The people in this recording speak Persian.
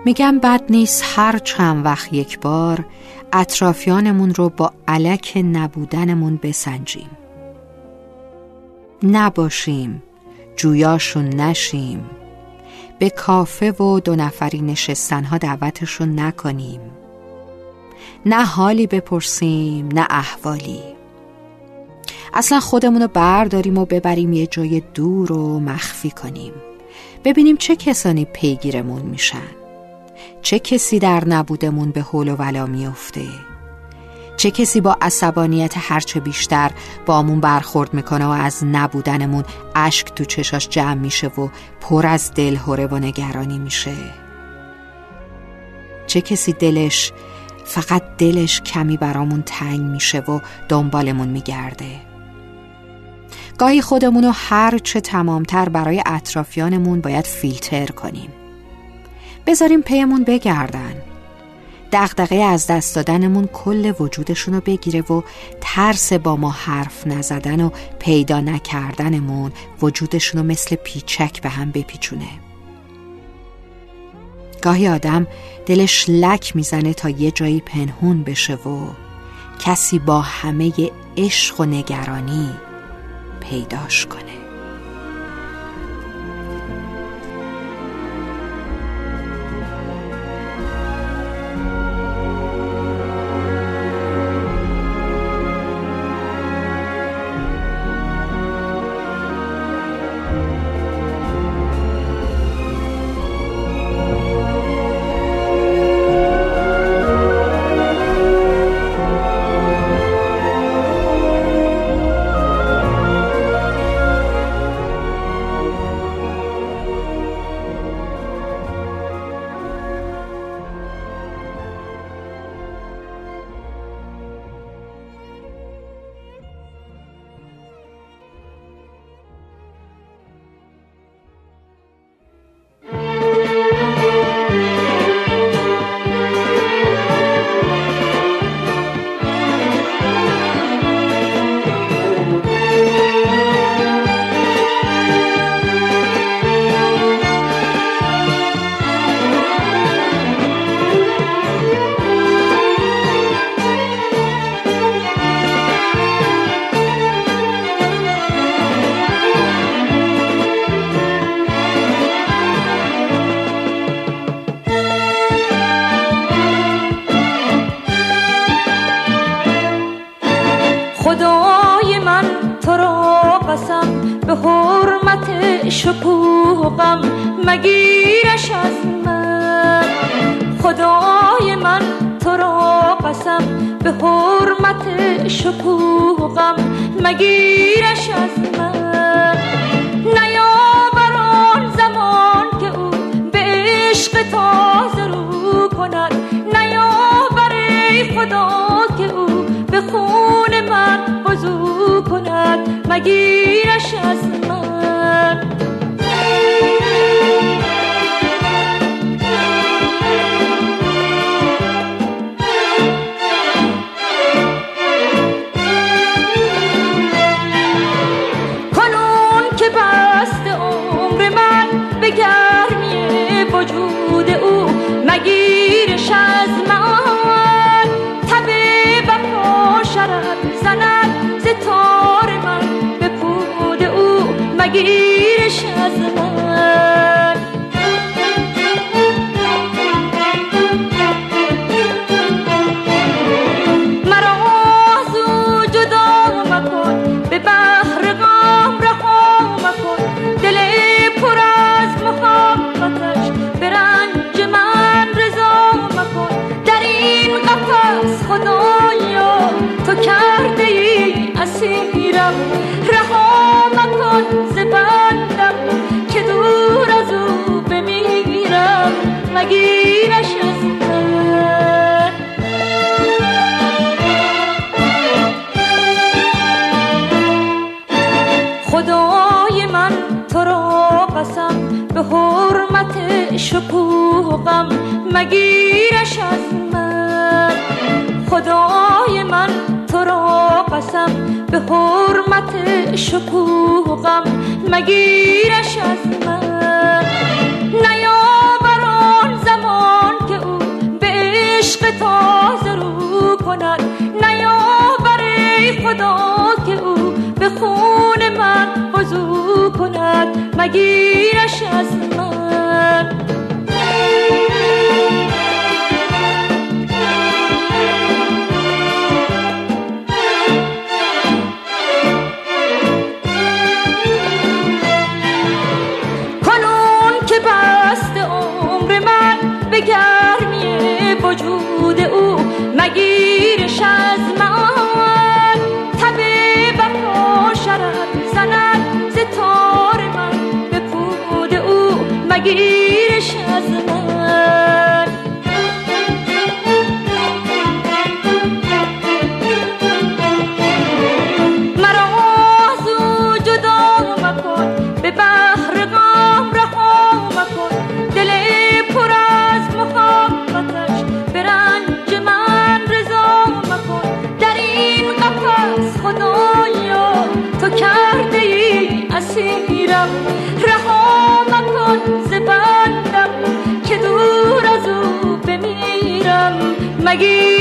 میگم بد نیست هر چند وقت یک بار اطرافیانمون رو با الک نبودنمون بسنجیم. نباشیم، جویاشون نشیم، به کافه و 2 نفری نشستنها دعوتشون نکنیم، نه حالی بپرسیم نه احوالی، اصلا خودمونو برداریم و ببریم یه جای دور و مخفی کنیم، ببینیم چه کسانی پیگیرمون میشن، چه کسی در نبودمون به حول و ولا میفته، چه کسی با عصبانیت هرچه بیشتر با همون برخورد میکنه و از نبودنمون اشک تو چشاش جمع میشه و پر از دلهره و نگرانی میشه، چه کسی فقط دلش کمی برامون تنگ میشه و دنبالمون میگرده. گاهی خودمونو هر چه تمامتر برای اطرافیانمون باید فیلتر کنیم، بذاریم پیمون بگردن، دغدغه از دست دادنمون کل وجودشونو بگیره و ترس با ما حرف نزدن و پیدا نکردنمون وجودشونو مثل پیچک به هم بپیچونه. گاهی آدم دلش لک میزنه تا یه جایی پنهون بشه و کسی با همه عشق و نگرانی پیداش کنه. خدای من تو را قسم، به حرمت شکوهم مگیرش از من. خدای من تو را قسم، به حرمت شکوهم مگیرش از من. نیاور آن زمان که او به عشق تازه رو کند، نیاور ای خدا که او به خون من وضو کند مگیرش از من. کنون که بست عمر من به گرمی وجود او مگیرش از من. تب وفا شرر زند ز تار من به پود او مگیرش از من. مرا از او جدا مکن، به بحر غم رها مکن، دل پر از محبتش به رنج من رضا مکن. در این قفس خدایا تو کرده ای اسیرم، رها مکن ز بندم که دور از او بمیرم مگیرش از من. خدای من تو را قسم، به حرمت شکوهم مگیرش از من. خدای من تو را قسم، به حرمت شکوهم مگیرش از من. نیاور آن زمان مباد که او به خون من وضو کند، مگیرش از من. کنون که بست عمر من به گرمی وجود او، مگیرش از من. تب وفا شرف زند ز تار من به پود او، مگیرش از من. مرا از او جدا مکن، به بحر غم رها مکن، دل پر از محبتش به رنج من رضا مکن. در این قفس خدایا تو کرده ای اسیرم، رها مکن ز بندم که دور از او بمیرم، مگی